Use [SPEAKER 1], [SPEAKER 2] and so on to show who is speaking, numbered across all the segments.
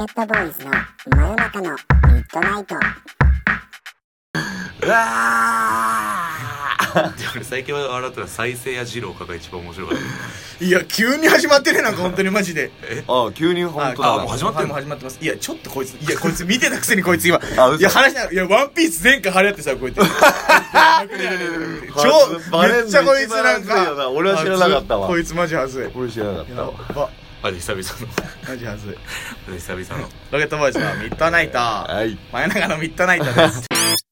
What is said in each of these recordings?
[SPEAKER 1] ケットボーイズの真夜中のミッドナイト。
[SPEAKER 2] うわー俺最近笑ったら再生や二郎かが一番面白かった。
[SPEAKER 3] いや急に始まってね、なんか本当にマジで。
[SPEAKER 4] ああ急に本当だ。
[SPEAKER 2] もう始まってるの。
[SPEAKER 3] 始まってます。いやちょっとこいつ見てたくせにこいつ今
[SPEAKER 4] 嘘
[SPEAKER 3] いや話しながら、いやワンピース前回張り合ってさ、こうやってめっちゃこいつなんか
[SPEAKER 4] 俺は知らなかったわ。
[SPEAKER 3] こいつマジはずい。
[SPEAKER 4] 俺知らなかったわ。
[SPEAKER 2] マジ久々の
[SPEAKER 3] マジはずい。
[SPEAKER 2] マジ久々の
[SPEAKER 3] ロケットボーイズのミッドナイト。
[SPEAKER 4] はい
[SPEAKER 3] 真夜中のミッドナイトです。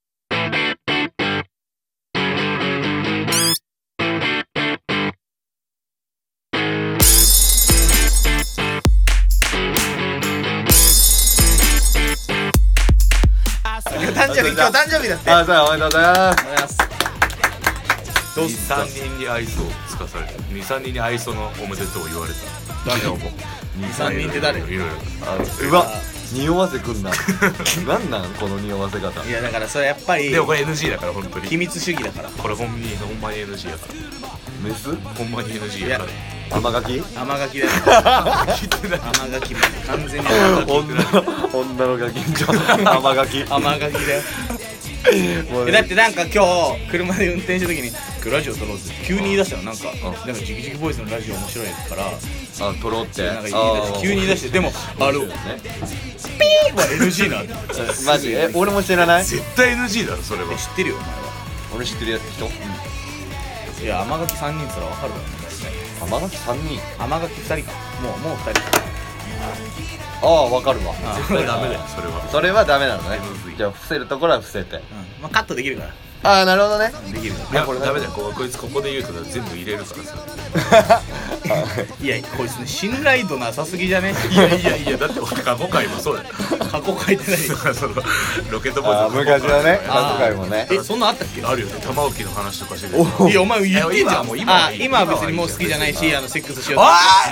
[SPEAKER 3] 今日誕生日だって。
[SPEAKER 4] あ、おめでとうございます。
[SPEAKER 3] どうすんの。
[SPEAKER 2] 2,3 人に愛想をつかされた。 2,3 人に愛想のおめでとうを言われた。
[SPEAKER 3] 誰よ。2,3 人って誰。
[SPEAKER 2] いろいろ
[SPEAKER 4] うわ匂わせくんな。なんなんこの匂わせ方。
[SPEAKER 3] いやだからそれやっぱり
[SPEAKER 2] でもこれ NG だから本当に
[SPEAKER 3] 秘密主義だから。
[SPEAKER 2] これほんまに NG だから。
[SPEAKER 4] メス
[SPEAKER 2] ほんまに NG やから
[SPEAKER 4] 甘柿
[SPEAKER 3] 甘柿だよ。甘柿も完全に甘柿。
[SPEAKER 4] 女のガキンチョ甘柿
[SPEAKER 3] 甘柿だよ。だってなんか今日車で運転した時にラジオ撮ろうって急に言い出したの。なんかジキジキボイスのラジオ面白いから
[SPEAKER 4] 撮ろうって
[SPEAKER 3] なんか言い出して急に言い出して、でもピーは NG なんだ。
[SPEAKER 4] マジ俺も知らない。
[SPEAKER 2] 絶対 NG だろそれは。
[SPEAKER 3] 知ってるよお前は。
[SPEAKER 4] 俺知ってる人。
[SPEAKER 3] いや甘柿3人すら分かるだろ
[SPEAKER 4] 甘柿3人。
[SPEAKER 3] 甘柿2人か。もう2人か。
[SPEAKER 4] ああ分かるわ。
[SPEAKER 2] 絶対ダメだよそれは。
[SPEAKER 4] それはダメなのね。じゃあ伏せるところは伏せて。
[SPEAKER 3] まあカットできるから。
[SPEAKER 4] ああなるほどね。
[SPEAKER 3] できるか
[SPEAKER 2] いやこれダメだよ。こいつここで言うと全部入れるからさ。
[SPEAKER 3] いやこいつね信頼度なさすぎじゃね。
[SPEAKER 2] いやだって過去回もそうだよ。
[SPEAKER 3] 過去書いてない。
[SPEAKER 2] そのロケットボーイズの
[SPEAKER 4] 昔のね過去回もね。
[SPEAKER 3] そんなんあったっけ。
[SPEAKER 2] あるよね。玉置の話とかしてる。
[SPEAKER 3] いやお前言ってんじゃん。
[SPEAKER 2] もう
[SPEAKER 3] 今は別にもう好きじゃないし、セックスしよう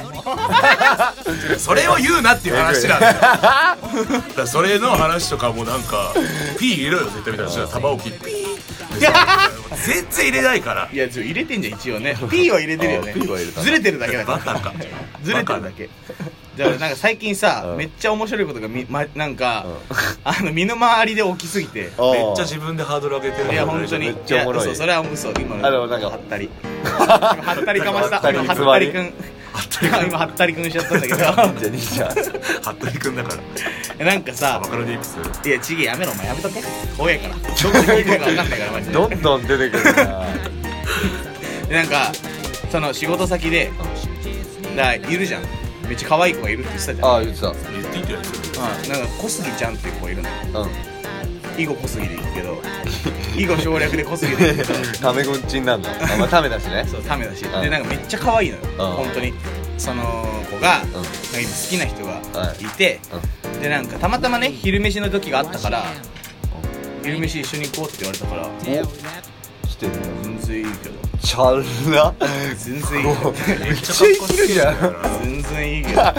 [SPEAKER 2] おいそれを言うなっていう話なんだよ。だからそれの話とかもなんかピー入れろよ絶対みたいな。玉置ピー全然入れないから。
[SPEAKER 3] いや入れてんじゃん一応ね。P は入れてるよね。ずれてるだけだから。
[SPEAKER 2] バカか
[SPEAKER 3] ずれてるだけ。だからなんか最近さめっちゃ面白いことがなんか身の回りで起きすぎて
[SPEAKER 2] めっちゃ自分でハードル上げてる。
[SPEAKER 3] いや本当に。
[SPEAKER 4] めっちゃおもろい。
[SPEAKER 3] それは嘘。今の
[SPEAKER 4] なんか
[SPEAKER 3] はったりかました。今はったりくん今はったりくんしちゃったんだけど。
[SPEAKER 4] じゃあ
[SPEAKER 2] 服部くんだから
[SPEAKER 3] なんかさ
[SPEAKER 2] マカロニ X。
[SPEAKER 3] いやちげえやめろお前やめとけ。怖えからちょっと聞いてるか分かんないからマジで。
[SPEAKER 4] どんどん出てくるな。
[SPEAKER 3] なんかその仕事先でいるじゃん。めっちゃ可愛い子がいるって言ってたじゃん。
[SPEAKER 4] ああ言ってた。
[SPEAKER 2] 言っていいんじゃないですか。
[SPEAKER 3] なんか小杉ちゃんっていう子がいるのよ。
[SPEAKER 4] うん。
[SPEAKER 3] 囲碁小杉でいくけど囲碁省略で小杉でいくけど
[SPEAKER 4] タメ語んちんなんだ。まあタメだしね。
[SPEAKER 3] そうタメだし。でなんかめっちゃ可愛いのよ本当に。その子がなんか今好きな人がいて、でなんかたまたまね昼飯の時があったから昼飯一緒に行こうって言われたから。
[SPEAKER 4] 来てるよ。
[SPEAKER 3] 全然いいけど。
[SPEAKER 4] チャラ。
[SPEAKER 3] 全然いいけど。
[SPEAKER 2] めっちゃかっこつけるじゃん。
[SPEAKER 3] 全然いいけど。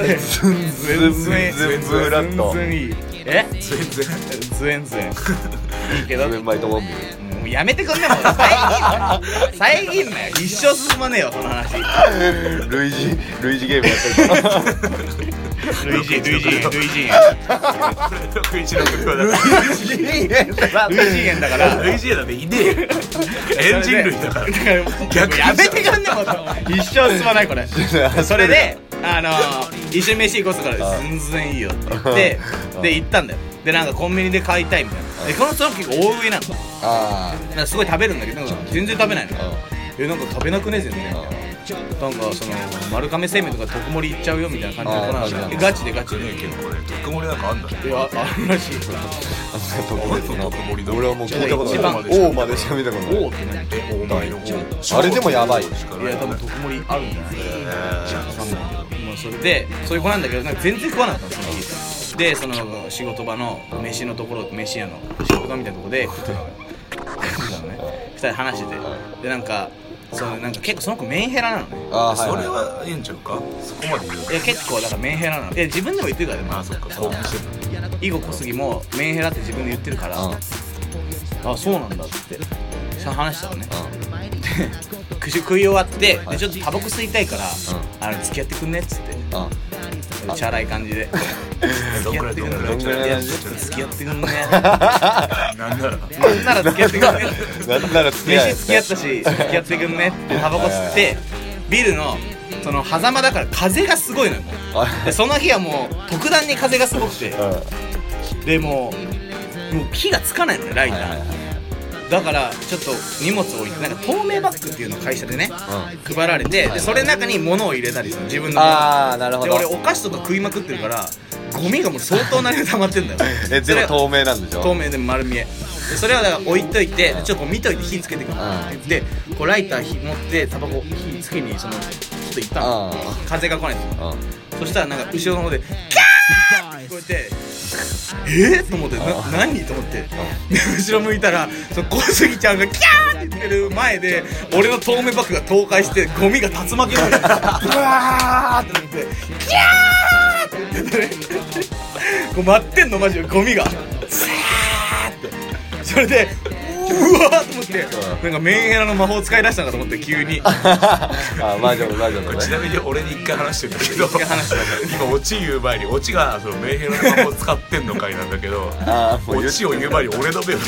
[SPEAKER 4] 全部フラット。
[SPEAKER 3] 全然いい。全然いいけど。
[SPEAKER 4] 全枚ともみ。
[SPEAKER 3] もうやめてくんねもう。遮んなよ。一生進まねえよこの話。
[SPEAKER 4] 類似ゲームやってる。
[SPEAKER 3] 類似
[SPEAKER 2] 類似
[SPEAKER 3] 源だから
[SPEAKER 2] 類似だっていねえよ。エンジン類だから
[SPEAKER 3] 逆やめてくんねもう。一生進まないこれ。それで一緒に飯行こうってから全然いいよって言ってで行ったんだよ。でなんかコンビニで買いたいみたいな。でこの人結構大食いなの。なんかすごい食べるんだけどなんか全然食べないの。なんか食べなくね全然。なんかその丸亀製麺とか特盛りいっちゃうよみたいな感じの子なんだ。ガチで
[SPEAKER 2] ねえけどこれ特盛りなんかあんだね。
[SPEAKER 3] いやあるらしい。
[SPEAKER 2] 特盛りだ。
[SPEAKER 4] 俺はもう聞いたことない。王までしか見たことない。
[SPEAKER 3] 王って何。
[SPEAKER 2] 大前の
[SPEAKER 4] あれでもやばい。
[SPEAKER 3] いや多分特盛りあるんじゃない。分かんないけど。もうそれでそういう子なんだけどなんか全然食わなかったのその日。でその仕事場の飯のところ飯屋の仕事場みたいなところで2人話しててでなんか結構その子メンヘラなのね。
[SPEAKER 2] それはいいんちゃうか。そこまで言う。
[SPEAKER 3] いや結構だからメンヘラなの。いや自分でも言ってるからね。
[SPEAKER 2] あそっか興奮してるの。
[SPEAKER 3] 囲碁小杉もメンヘラって自分で言ってるからあそうなんだって話したのね。 食い終わって
[SPEAKER 4] はい
[SPEAKER 3] でちょっとタバコ吸いたいから付き合ってくんねっつって
[SPEAKER 4] あ
[SPEAKER 3] チャラい感じで
[SPEAKER 2] どんくらい
[SPEAKER 3] 付き合ってくん
[SPEAKER 4] どんくらい
[SPEAKER 3] ねいやちょっと付き合ってくんね
[SPEAKER 2] なんなら
[SPEAKER 3] なんなら付き合ってくんね
[SPEAKER 4] なんなら付き合
[SPEAKER 3] 飯付き合ったし付き合ってくんねってタバコ吸ってビルのその狭間だから風がすごいのよもうでその日はもう特段に風がすごくてでもう火がつかないのねライターだからちょっと荷物を置いてなんか透明バッグっていうのを会社でね配られてでそれの中に物を入れたりする自分の
[SPEAKER 4] ああなるほど
[SPEAKER 3] で俺お菓子とか食いまくってるからゴミがもう相当な量溜まってんだよ
[SPEAKER 4] でも透明なんでしょ
[SPEAKER 3] 透明で丸見えでそれはだから置いといてちょっとこう見といて火つけてくるでこうライター持ってタバコ火つけにそのちょっと行ったの風が来ないんですよそしたらなんか後ろの方でキャーって聞こえてと思って何と思ってで後ろ向いたらその小杉ちゃんがキャーって言ってる前で俺の透明バッグが倒壊してゴミが竜巻のようにブワーってなってキャーって言ってねこう待ってんのマジでゴミがサーってそれでうわーと思ってなんかメンヘラの魔法使い出したのかと思って急に
[SPEAKER 4] あ魔女のね
[SPEAKER 2] ちなみに俺に一回話してたけど
[SPEAKER 3] 一回話してた
[SPEAKER 2] 今オチ言う前にオチがそのメンヘラの魔法を使ってんのかいなんだけどオチを言う前に俺の目を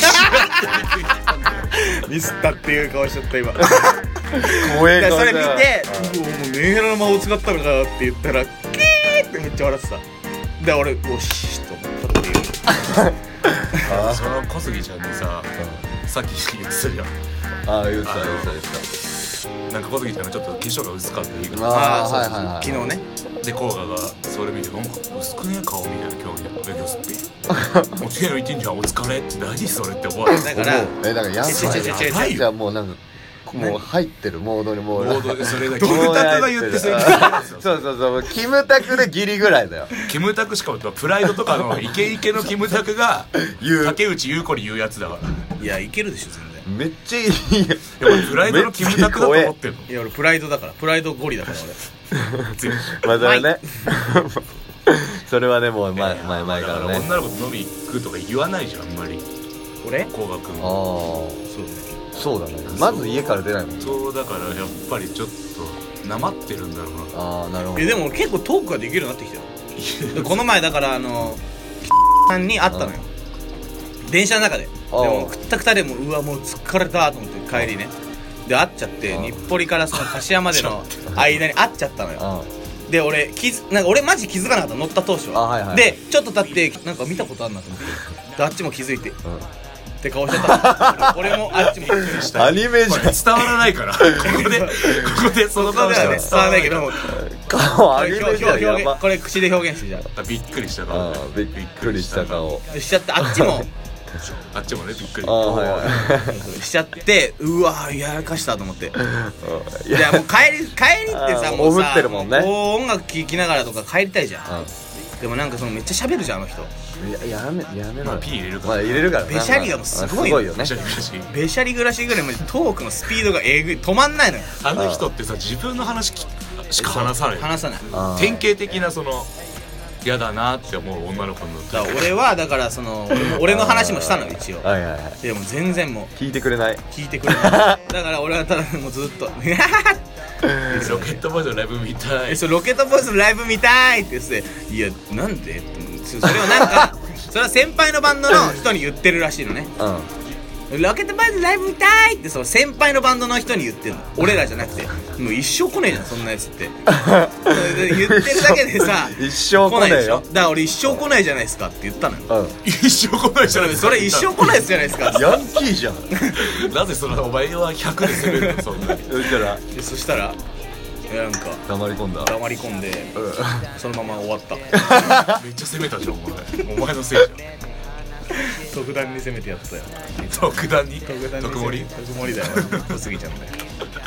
[SPEAKER 3] ミスったっていう顔しちゃった今
[SPEAKER 4] 怖え顔
[SPEAKER 3] それ見てもうメンヘラの魔法使ったのかって言ったらキーってめっちゃ笑ってたで俺おしっと思ったっていう
[SPEAKER 2] その小杉ちゃんにささっき言ってたじゃん
[SPEAKER 4] ああ言ってた
[SPEAKER 2] なんか小杉ちゃんがちょっと化粧が薄かった言うから
[SPEAKER 4] あ
[SPEAKER 3] そう
[SPEAKER 4] はいはいはい
[SPEAKER 3] 昨日ね
[SPEAKER 2] で甲賀がそれ見て「なんか薄くねえ顔」みたいな興味で「今日すってお手洗い行ってんじゃんお疲れ」って何それって思われて
[SPEAKER 3] だから
[SPEAKER 4] だからやばい
[SPEAKER 3] 違う
[SPEAKER 4] じゃあもうなんかもう入ってるモードにもう
[SPEAKER 2] モードでそれだけ
[SPEAKER 4] キムタク
[SPEAKER 2] が言ってそれ
[SPEAKER 4] そうそうそうキムタクでギリぐらいだよ
[SPEAKER 2] キムタクしかもプライドとかのイケイケのキムタクが竹内優子に言うやつだから
[SPEAKER 3] いやいけるでしょ全然
[SPEAKER 4] めっちゃいいよ
[SPEAKER 2] いやプライドのキムタクだと思ってんの
[SPEAKER 3] いや俺プライドだからプライドゴリだから
[SPEAKER 4] まあそれねそれはねもう前から
[SPEAKER 2] だから
[SPEAKER 4] ね
[SPEAKER 2] 女の子と飲み行くとか言わないじゃんあんまり
[SPEAKER 3] 俺
[SPEAKER 2] 甲賀君
[SPEAKER 4] ああ
[SPEAKER 3] そうね
[SPEAKER 4] そうだねまず家から出ないもん
[SPEAKER 2] そうだからやっぱりちょっとなまってるんだろうな
[SPEAKER 4] ああなるほど
[SPEAKER 3] でも俺結構トークができるようになってきたよでこの前だからさんに会ったのよ電車の中ででもくったくたでもうわもう疲れたと思って帰りねで会っちゃって日暮里からその柏までの間に会っちゃったのよで俺なんか俺マジ気づかなかった乗った当初は、
[SPEAKER 4] はいはい、
[SPEAKER 3] でちょっと経ってなんか見たことあるなと思ってであっちも気づいて、って顔してた俺もあっちもびっくりした
[SPEAKER 4] アニメじゃん
[SPEAKER 2] 伝わらないからここでその顔したら
[SPEAKER 3] 伝わらないけど
[SPEAKER 4] 顔アニメじゃんやば
[SPEAKER 3] これ口で表現してじゃ
[SPEAKER 2] びっくりした顔
[SPEAKER 4] びっくりした顔
[SPEAKER 3] しちゃってあっちも
[SPEAKER 2] あっちもねびっくり
[SPEAKER 4] はいはい
[SPEAKER 3] しちゃってうわやらかしたと思っていやもう帰りってさもうさ
[SPEAKER 4] おぶってるもんね
[SPEAKER 3] こう音楽聴きながらとか帰りたいじゃんでもなんかそのめっちゃ喋るじゃんあの人
[SPEAKER 4] やめろ
[SPEAKER 2] ピー入れるから
[SPEAKER 4] まあ入れるから
[SPEAKER 3] べしゃりがもうすごい
[SPEAKER 4] よね
[SPEAKER 3] べしゃり暮らしぐらいまでトークのスピードがえぐい止まんないのよ
[SPEAKER 2] あの人ってさ自分の話しか話さない
[SPEAKER 3] 話さない
[SPEAKER 2] 典型的なその嫌だなって思う女の子の
[SPEAKER 3] だから俺はだからその俺の話もしたのよ一応
[SPEAKER 4] はいはいはい
[SPEAKER 3] でも全然もう
[SPEAKER 4] 聞いてくれない
[SPEAKER 3] 聞いてくれないだから俺はただもうずっと
[SPEAKER 2] ロケットボーイズのライブ見たい
[SPEAKER 3] そうロケットボーイズのライブ見たいって言っていやなんでそれはなんかそれは先輩のバンドの人に言ってるらしいのねロケットボーイズライブ見たいってその先輩のバンドの人に言ってんの俺らじゃなくてもう一生来ねえじゃんそんなやつって言ってるだけでさ
[SPEAKER 4] 一生来ねえよ
[SPEAKER 3] だから俺一生来ないじゃないですかって言ったのよ
[SPEAKER 2] 一生来ないじゃないですか
[SPEAKER 3] それ一生来ないじゃないですか
[SPEAKER 4] ヤンキーじゃん
[SPEAKER 2] なぜそのお前は100で攻めるのそんなに
[SPEAKER 3] そしたらなんか
[SPEAKER 4] 黙り込んだ
[SPEAKER 3] 黙り込んでそのまま終わった
[SPEAKER 2] めっちゃ攻めたじゃんお前のせいじゃん
[SPEAKER 3] 特段に攻めてやったよ
[SPEAKER 2] 特段に
[SPEAKER 3] 特盛り
[SPEAKER 2] 特
[SPEAKER 3] 盛りだよ小杉ちゃんね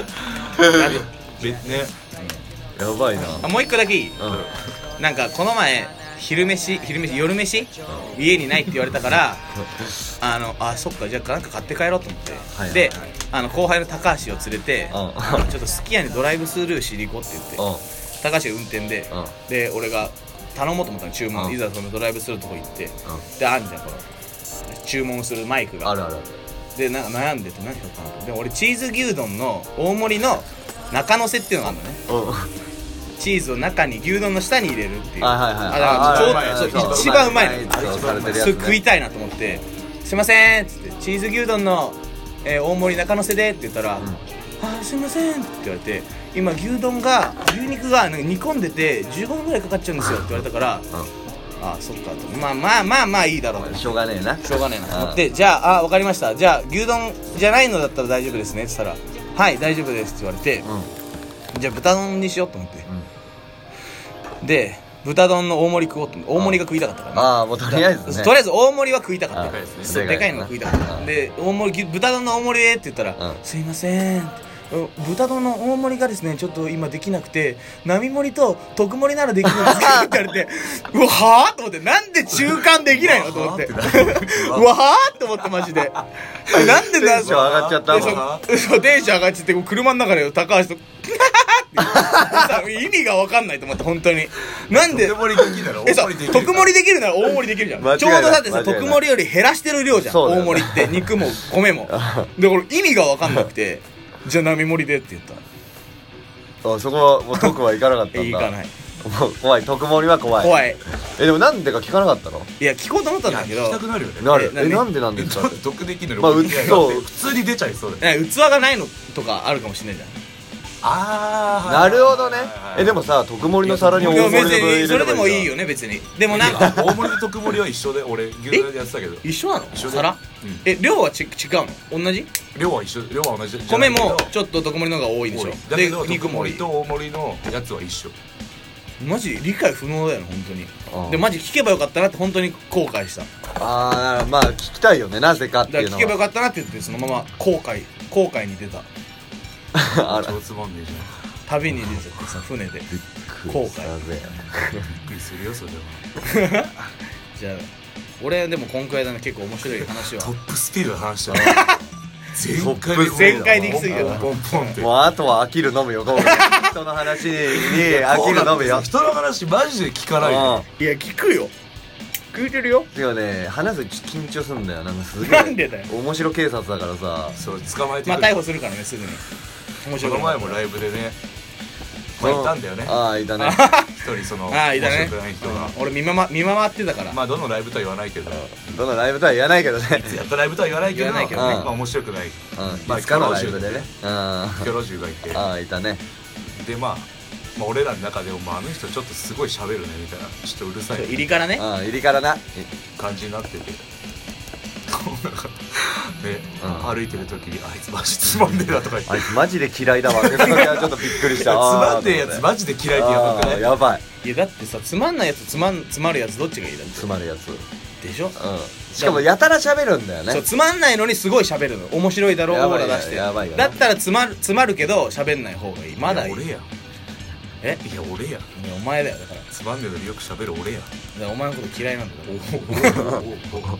[SPEAKER 2] ね
[SPEAKER 4] やばいな
[SPEAKER 3] もう一個だけいいなんかこの前夜飯家にないって言われたからそっかじゃあなんか買って帰ろうと思ってで後輩の高橋を連れてちょっとすき家にドライブスルーしに行こうって言って高橋が運転でで俺が頼もうと思ったの注文いざそのドライブするとこ行ってであんじゃんこの注文するマイクが
[SPEAKER 4] あるある
[SPEAKER 3] でなんか悩んでて何しようかなと。で俺チーズ牛丼の大盛りの中乗せっていうのがあるのね。チーズを中に牛丼の下に入れるっていう。だから一番うまいの。それ食いたいなと思って、すいませんっつってチーズ牛丼の、大盛り中乗せでって言ったら、あすいませんって言われて、今牛肉が煮込んでて15分ぐらいかかっちゃうんですよって言われたから、あそっかと、まあいいだろう、
[SPEAKER 4] しょうがねえな
[SPEAKER 3] と思って、じゃあわかりました、じゃあ牛丼じゃないのだったら大丈夫ですねって言ったら、はい大丈夫ですって言われて、じゃあ豚丼にしようと思って、で豚丼の大盛り食おうと思って、大盛りが食いたかったからね。
[SPEAKER 4] ああもうとりあえずね、
[SPEAKER 3] とりあえず大盛りは食いたかった。
[SPEAKER 4] で
[SPEAKER 3] でかいのが食いたかったで、豚丼の大盛りでって言ったら、すいません豚丼の大盛りがですねちょっと今できなくて、並盛りと特盛りならできるんですけどって言われて、うわはぁと思って、なんで中間できないのと思って、うわはぁと思ってマジで、なんでだよ、
[SPEAKER 4] テンション上がっちゃったもん。
[SPEAKER 3] そうテンション上がっちゃって、車の中で高橋と意味が分かんないと思って、本当になんで
[SPEAKER 2] 特盛りできるなら大盛りできる、
[SPEAKER 3] 特盛りできるなら大盛りできるじゃん。ちょうどだってさ、特盛りより減らしてる量じゃん大盛りって、肉も米もで、これ意味が分かんなくて、じゃあ並盛りでって言った。
[SPEAKER 4] あそこはもう特はいかなかったんだ。
[SPEAKER 3] 行かない。
[SPEAKER 4] もう怖い、特盛りは怖い。
[SPEAKER 3] 怖い。
[SPEAKER 4] でもなんでか聞かなかったの？
[SPEAKER 3] いや聞こうと思ったんだけど、
[SPEAKER 2] 聞きたくなるよね。
[SPEAKER 4] なる。なんでなんですか？
[SPEAKER 2] 得できるの。
[SPEAKER 4] まあ
[SPEAKER 2] 普通に出ちゃいそうだよ。
[SPEAKER 3] 器がないのとかあるかもしれないじゃん。
[SPEAKER 4] なるほどね。でもさ、特盛りの皿に大盛りの分入れればいいじゃん。
[SPEAKER 3] それでもいいよね別に。でもなんか
[SPEAKER 2] 大盛りと特盛りは一緒で、俺牛丼でやってたけど。
[SPEAKER 3] 一緒なの？
[SPEAKER 2] 一緒で。
[SPEAKER 3] 皿？量は違うの？同じ？
[SPEAKER 2] 量は一緒、量は同じ。
[SPEAKER 3] 米もちょっと特盛りの方が多いんでしょ。
[SPEAKER 2] で肉盛りと大盛りのやつは一緒。
[SPEAKER 3] マジ理解不能だよね本当に。でマジ聞けばよかったなって本当に後悔した。
[SPEAKER 4] ああまあ聞きたいよね、なぜかっていうのは。
[SPEAKER 3] 聞けばよかったなって言って、そのまま後悔に出た。
[SPEAKER 2] 超つまんねえじゃん。
[SPEAKER 3] 旅に出ちゃってさ、船で後悔。
[SPEAKER 2] びっくりするよそれは。
[SPEAKER 3] じゃあ俺でもこんくらいだね、結構面白い話は。
[SPEAKER 2] トップスピードで話したね。
[SPEAKER 3] 全開で行き過ぎたな。
[SPEAKER 2] ポンポンって。
[SPEAKER 4] もうあとは飽きるのみよ。人の話に飽きるのみよ。
[SPEAKER 2] 人の話マジで聞かないよ。
[SPEAKER 3] いや聞くよ、聞いてるよ。
[SPEAKER 4] でもね、話すと緊張すんだよ。なんかすげえ
[SPEAKER 3] なんでだよ。
[SPEAKER 4] 面白警察だからさ。
[SPEAKER 2] そう捕まえて
[SPEAKER 3] まあ逮捕するからねすぐに。面白い。
[SPEAKER 2] この前もライブでね、まあいたんだよね。
[SPEAKER 4] ああいたね。
[SPEAKER 2] 一人その
[SPEAKER 3] いたね。
[SPEAKER 2] 面白くない人が。
[SPEAKER 3] 俺見回ってたから。
[SPEAKER 2] まあどのライブとは言わないけど、
[SPEAKER 4] どのライブとは言わないけどね。
[SPEAKER 2] やったライブとは言わないけど、
[SPEAKER 3] 言わないけど
[SPEAKER 2] まあ面白くない。
[SPEAKER 4] まあいつかのライブでね。
[SPEAKER 2] キョロジュがいて、
[SPEAKER 4] ああいたね。
[SPEAKER 2] でまあ俺らの中でもあの人ちょっとすごい喋るねみたいな、ちょっとうるさい
[SPEAKER 3] 入りからね。
[SPEAKER 4] 入りからな
[SPEAKER 2] 感じになってて、こうなんかね、歩いてる時にあいつマジつまんねえなとか言って、
[SPEAKER 4] あいつマジで嫌いだわ。それはちょっとびっくりした。
[SPEAKER 2] つまんねえやつマジで嫌いってやばくない？
[SPEAKER 4] やばい。
[SPEAKER 3] いやだってさ、つまんないやつつまるやつどっちがいいだって。
[SPEAKER 4] つまるやつ
[SPEAKER 3] でしょ。
[SPEAKER 4] しかもやたら喋るんだよね。
[SPEAKER 3] そう、つまんないのにすごい喋るの。面白いだろうオーラ出して。
[SPEAKER 4] やばいよ。
[SPEAKER 3] だったらつまるけど喋んない方がいい。まだいい。
[SPEAKER 2] 俺や。いや俺や。
[SPEAKER 3] お前だよだから。
[SPEAKER 2] つまんねえのによく喋る俺や。
[SPEAKER 3] お前のこと嫌いなんだから。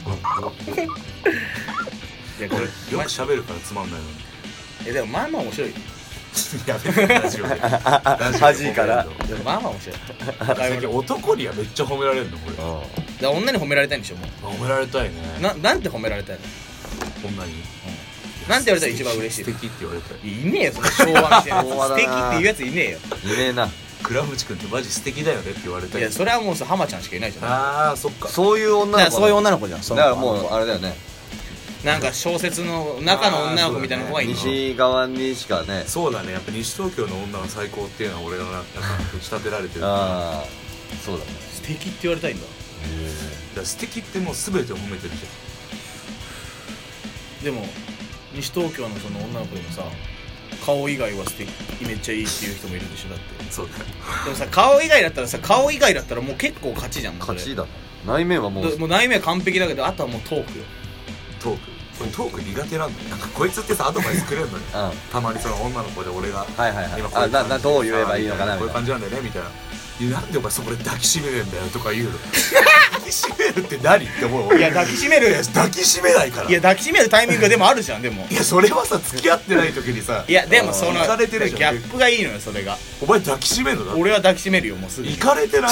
[SPEAKER 3] いやこれ
[SPEAKER 2] よく喋るからつまんないのに。
[SPEAKER 3] でもまあまあ面白い。
[SPEAKER 2] やめてラジオで。
[SPEAKER 4] 恥いから。
[SPEAKER 3] でもまあまあ面白い。
[SPEAKER 2] 最近男にはめっちゃ褒められるのこれ。
[SPEAKER 3] だから女に褒められたいんでしょもう。
[SPEAKER 2] 褒められたいね。
[SPEAKER 3] なんて褒められたいの？
[SPEAKER 2] 女に。
[SPEAKER 3] なんて言われたら一番嬉しい？
[SPEAKER 2] 素敵って言われたい。
[SPEAKER 3] いねえよその昭和みたいなやつ。素敵って言うやついねえよ。
[SPEAKER 4] いねえな。
[SPEAKER 2] 倉渕君ってマジ素敵だよねって言われたい。
[SPEAKER 3] いやそれはもうさ浜ちゃんしかいないじゃん。
[SPEAKER 2] ああそっか。
[SPEAKER 4] そういう女の子。
[SPEAKER 3] そういう女の子じゃん。
[SPEAKER 4] だからもうあれだよね。
[SPEAKER 3] なんか小説の中の女の子みたいな子がいる。
[SPEAKER 4] 西側にしかね。
[SPEAKER 2] そうだね、やっぱ西東京の女が最高っていうのは俺のなんか打ち立てられてる。
[SPEAKER 4] ああそうだね。
[SPEAKER 3] 素敵って言われたいんだ。
[SPEAKER 2] だから素敵ってもう全てを褒めてるじ
[SPEAKER 3] でも西東京のその女の子でもさ、顔以外は素敵めっちゃいいっていう人もいるでしょだって。
[SPEAKER 2] そうだよ。
[SPEAKER 3] でもさ顔以外だったらもう結構勝ちじゃん。
[SPEAKER 4] 勝ちだ。内面はもう
[SPEAKER 3] 内面完璧だけど、あとはもうトークよ。
[SPEAKER 2] トーク苦手なんだよ。なんかこいつってさアドバイスくれるのよ。たまにその女の子で俺が今
[SPEAKER 4] どう言えばいいのかな
[SPEAKER 2] こういう感じなんだよねみたいな。なんでお前そこで抱きしめるんだよとか言うの。抱きしめるって何って思う。
[SPEAKER 3] いや抱きしめる。
[SPEAKER 2] 抱きしめないから。
[SPEAKER 3] いや抱きしめるタイミングがでもあるじゃん。でも
[SPEAKER 2] いやそれはさ付き合ってない時にさ。
[SPEAKER 3] いやでもそのギ
[SPEAKER 2] イカれてるじゃん。
[SPEAKER 3] ャップがいいのよそれが。
[SPEAKER 2] お前抱きしめるのだって。
[SPEAKER 3] 俺は抱きしめるよもうすぐ。
[SPEAKER 2] イカれてない。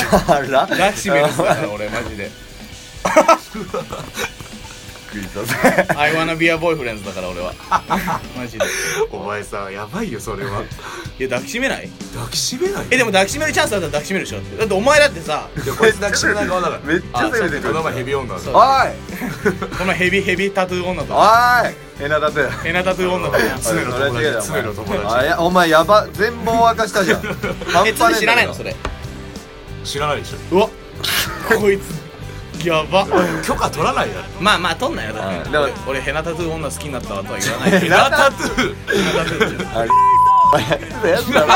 [SPEAKER 3] 抱きしめるだから俺マジで。
[SPEAKER 4] くりしたぜ。
[SPEAKER 3] I wanna be a boyfriend だから俺はマジで。
[SPEAKER 2] お前さやばいよそれは。
[SPEAKER 3] いや抱きしめない？
[SPEAKER 2] 抱きしめない。
[SPEAKER 3] でも抱きしめるチャンスあったら抱きしめるでしょ。だってお前だってさ、
[SPEAKER 2] いやこいつ抱きしめない側だから。
[SPEAKER 4] めっちゃ攻めてくる。
[SPEAKER 2] この前ヘビ女だ。
[SPEAKER 3] そう
[SPEAKER 4] おい
[SPEAKER 3] このヘビタトゥー女と
[SPEAKER 4] おいヘナだって
[SPEAKER 3] ヘナタトゥー女と
[SPEAKER 2] 常の友達。常の友達。
[SPEAKER 4] あ、いやお前やば、全貌明かしたじゃん。半端ねえんだけど
[SPEAKER 3] 知らないのそれ？
[SPEAKER 2] 知らないでしょ。
[SPEAKER 3] うわこいつやば。
[SPEAKER 2] 許可取らないだろ。
[SPEAKER 3] まあ取んなよ。だって
[SPEAKER 4] だから
[SPEAKER 3] 俺ヘナタトゥー女好きになったわとは言わない。
[SPEAKER 2] ヘナタトゥー。
[SPEAKER 3] ヘナタトゥー
[SPEAKER 4] あれやつだやつだろ。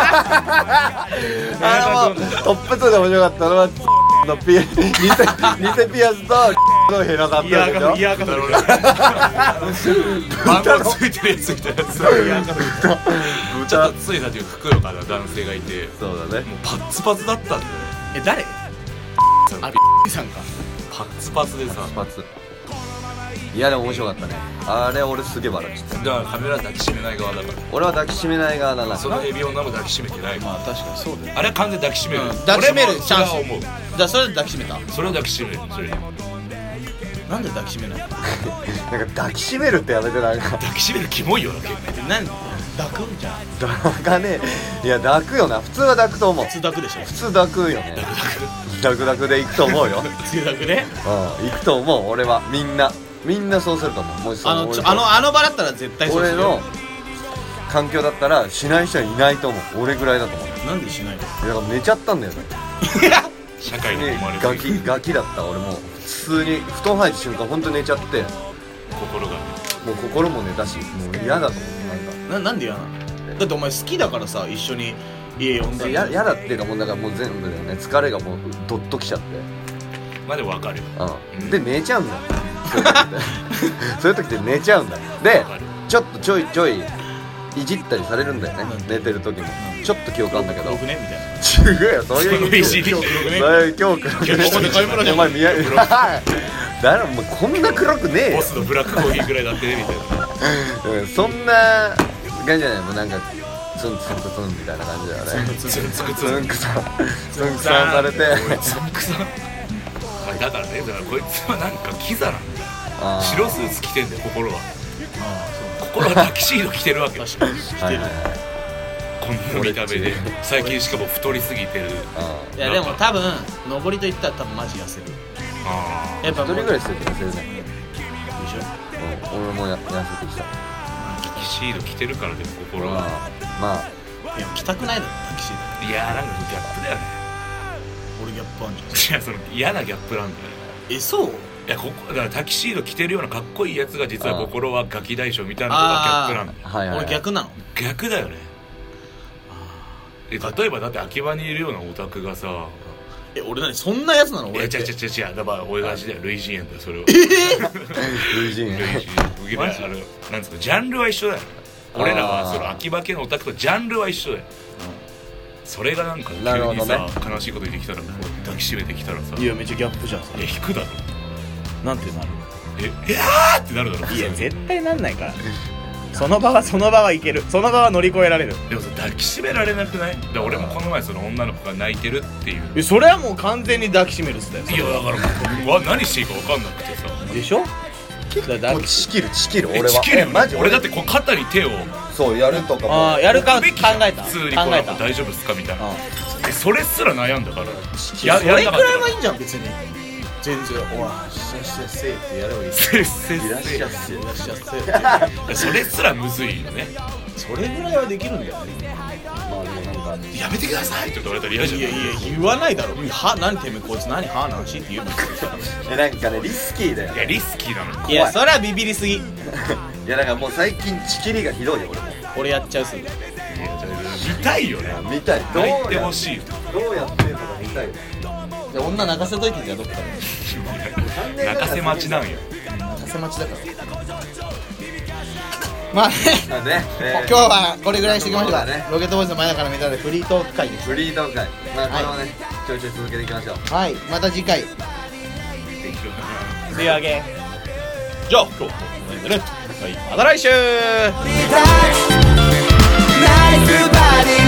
[SPEAKER 4] もうトップ2で面白かったのはの偽ピアスとのヘナだったんだけど。
[SPEAKER 3] イヤーカフル
[SPEAKER 2] 番号ついてるやつみたいなやつ。ちょっとついたというふくよかな男性がいて、
[SPEAKER 4] そうだね。
[SPEAKER 2] もうパッツパツだったんだよね。
[SPEAKER 3] 誰？
[SPEAKER 2] さ
[SPEAKER 3] あさんか。
[SPEAKER 2] パッツパツでさ。
[SPEAKER 4] パツ。いやでも面白かったね。あれ俺すげえ笑っちゃった。
[SPEAKER 2] だからカメラ抱きしめない側だから。
[SPEAKER 4] 俺は抱きしめない側だな。
[SPEAKER 2] そのヘビ女も抱きしめてない。
[SPEAKER 3] まあ確かにそうだよ。
[SPEAKER 2] あれは完全に抱きしめる。
[SPEAKER 3] 抱きしめるチャンス。
[SPEAKER 2] 俺もそれは思う。
[SPEAKER 3] じゃあそれで抱きしめた？
[SPEAKER 2] それを抱きしめる。それ
[SPEAKER 3] なんで抱きしめない？
[SPEAKER 4] なんか抱きしめるってやめてなんか。
[SPEAKER 2] 抱きしめるキモいよな結構。
[SPEAKER 3] なん抱くんじゃん。
[SPEAKER 4] 抱かねえ。いや抱くよな。普通は抱くと思う。
[SPEAKER 3] 普通抱くでしょ。
[SPEAKER 4] 普通抱くよね。抱くで行くと思うよ。
[SPEAKER 3] 普通抱くね。
[SPEAKER 4] うん、行くと思う。俺はみんなそうすると思う。もうその
[SPEAKER 3] あの場だったら絶対そうするよ。
[SPEAKER 4] 俺の環境だったらしない人はいないと思う。俺ぐらいだと思う。
[SPEAKER 3] なんでしないの？
[SPEAKER 4] だから寝ちゃったんだよね。
[SPEAKER 2] 社会に生まれて
[SPEAKER 4] ガキだった俺もう普通に布団入った瞬間ほんと寝ちゃって、
[SPEAKER 2] 心がね。
[SPEAKER 4] もう心も寝たし、もう嫌だと思って。
[SPEAKER 3] なんで嫌なの？だってお前好きだからさ、一緒に家呼んだんだよ。
[SPEAKER 4] 嫌だっていうかもうだからもう全部だよね。疲れがもうドッときちゃって、
[SPEAKER 2] まあでも分かるよ。
[SPEAKER 4] で寝ちゃうんだよ。そういう時って寝ちゃうんだよ。で
[SPEAKER 2] 分かる。
[SPEAKER 4] ちょっとちょいいじったりされるんだよね、寝てる時も。ちょっと記憶あんだけど、
[SPEAKER 3] 僕ねみたいな。
[SPEAKER 4] 違うよ、そういう
[SPEAKER 2] いじり
[SPEAKER 4] そういう今日黒くね。
[SPEAKER 3] ここで紙プロじゃん
[SPEAKER 4] お前誰ももうこんな黒くねえよ
[SPEAKER 2] ボ。スのブラックコーヒーぐらいだってねみたいな。
[SPEAKER 4] そんな感じじゃない。もうなんかツンツンツンみたいな感じだよね。
[SPEAKER 2] ツンツクツン
[SPEAKER 4] ツンクさされて、
[SPEAKER 2] ツンクさん。だからね、だからこいつはなんかキザなんだよ。
[SPEAKER 4] あー
[SPEAKER 2] 白スーツ着てんだよ心は。心はタキシード着てるわけ。
[SPEAKER 3] 確かに着てる。
[SPEAKER 2] こんな見た目で最近しかも太りすぎてる。
[SPEAKER 3] いやでも多分上りといったら多分マジ痩せる。
[SPEAKER 2] あ
[SPEAKER 3] やっぱ
[SPEAKER 4] 一人ぐらいすると痩せるね。
[SPEAKER 3] でしょ。
[SPEAKER 4] 俺も痩せてきた。
[SPEAKER 2] タキシード着てるからでも心は。
[SPEAKER 4] まあ
[SPEAKER 3] いや着たくないだろタキシー
[SPEAKER 2] いやーなんかギャップだよね。
[SPEAKER 3] ド。俺ギャップあんじゃん。
[SPEAKER 2] いやその嫌なギャップなんだよね。
[SPEAKER 3] そう？
[SPEAKER 2] いやここだからタキシード着てるようなかっこいいやつが実は心はガキ大将みたいなのがギャップなんだよ。
[SPEAKER 4] はいはい、
[SPEAKER 3] 俺逆なの？
[SPEAKER 2] 逆だよね。例えばだって秋葉にいるようなオタクがさ、
[SPEAKER 3] 俺何そんなやつなの？
[SPEAKER 2] いや違
[SPEAKER 3] 俺って
[SPEAKER 2] うだから俺がだよ類人猿だよそれを。
[SPEAKER 4] 類人
[SPEAKER 2] 類人僕らなんつうかジャンルは一緒だよ。俺らはその秋葉系のオタクとジャンルは一緒だよ。それがなんか急
[SPEAKER 4] なるほ
[SPEAKER 2] にさ、
[SPEAKER 4] どね
[SPEAKER 2] 悲しいこと言ってきたらこう抱きしめてきたらさ、
[SPEAKER 3] いやめっちゃギャップじゃんそれ。
[SPEAKER 2] 引くだろ。
[SPEAKER 3] なんてなる？
[SPEAKER 2] いやーってなるだろ。
[SPEAKER 3] いや絶対なんないから。その場はいける。その場は乗り越えられる。
[SPEAKER 2] でもさ抱きしめられなくない？だから俺もこの前その女の子が泣いてるっていう。
[SPEAKER 3] それはもう完全に抱きしめるっすだよ。
[SPEAKER 2] いやだから僕は何していいか分かんなくてさ。
[SPEAKER 3] でしょ？
[SPEAKER 4] もうチキる俺は。
[SPEAKER 2] チキるよね
[SPEAKER 4] マジ
[SPEAKER 2] 俺だってこう肩に手を
[SPEAKER 4] そうやるとかも。
[SPEAKER 3] ああやるか考
[SPEAKER 2] べきじゃん
[SPEAKER 3] えた。
[SPEAKER 2] 普通にこう
[SPEAKER 3] 考えた。
[SPEAKER 2] 大丈夫っすかみたいな。
[SPEAKER 3] うん
[SPEAKER 2] それすら悩んだから
[SPEAKER 3] それくらいはいいんじゃん別に。全然おわしゃしゃせってやればいい。
[SPEAKER 2] せっせっ
[SPEAKER 3] いらっしゃ
[SPEAKER 2] せ
[SPEAKER 3] せいらっしゃせ。
[SPEAKER 2] それすらむずいよね。
[SPEAKER 3] それぐらいはできるんだよね。
[SPEAKER 4] まあでもなんか
[SPEAKER 2] やめてくださいって言われたら嫌じゃん。
[SPEAKER 3] いや言わないだろ。は何てめえこいつ何はなしって言うの。
[SPEAKER 4] なんかねリスキーだよ
[SPEAKER 2] い。やリスキーなの。
[SPEAKER 3] いやそれはビビりすぎ。
[SPEAKER 4] いやなんかもう最近チキリがひどいよ俺も。
[SPEAKER 3] 俺やっちゃうすぐ。
[SPEAKER 2] 見たいよね。
[SPEAKER 4] 見たい。
[SPEAKER 2] 泣いてほしいよ。
[SPEAKER 4] どうやってるのか見たい。
[SPEAKER 3] で女泣かせといてじゃあどっかで。
[SPEAKER 2] 泣かせ待ちなんよ。
[SPEAKER 3] 泣かせ待ちだから。まあね。
[SPEAKER 4] あね、
[SPEAKER 3] 今日はこれぐらいにしておきましょうか
[SPEAKER 4] そうだね。
[SPEAKER 3] ロケットボーイズの前だから見たらフリートーク会です。
[SPEAKER 4] フリートーク会。まあこれをねちょいちょい続けていきましょう。
[SPEAKER 3] はい、また次回。See you again。じゃあ今日この辺でね。はい、また来週。
[SPEAKER 5] Nice body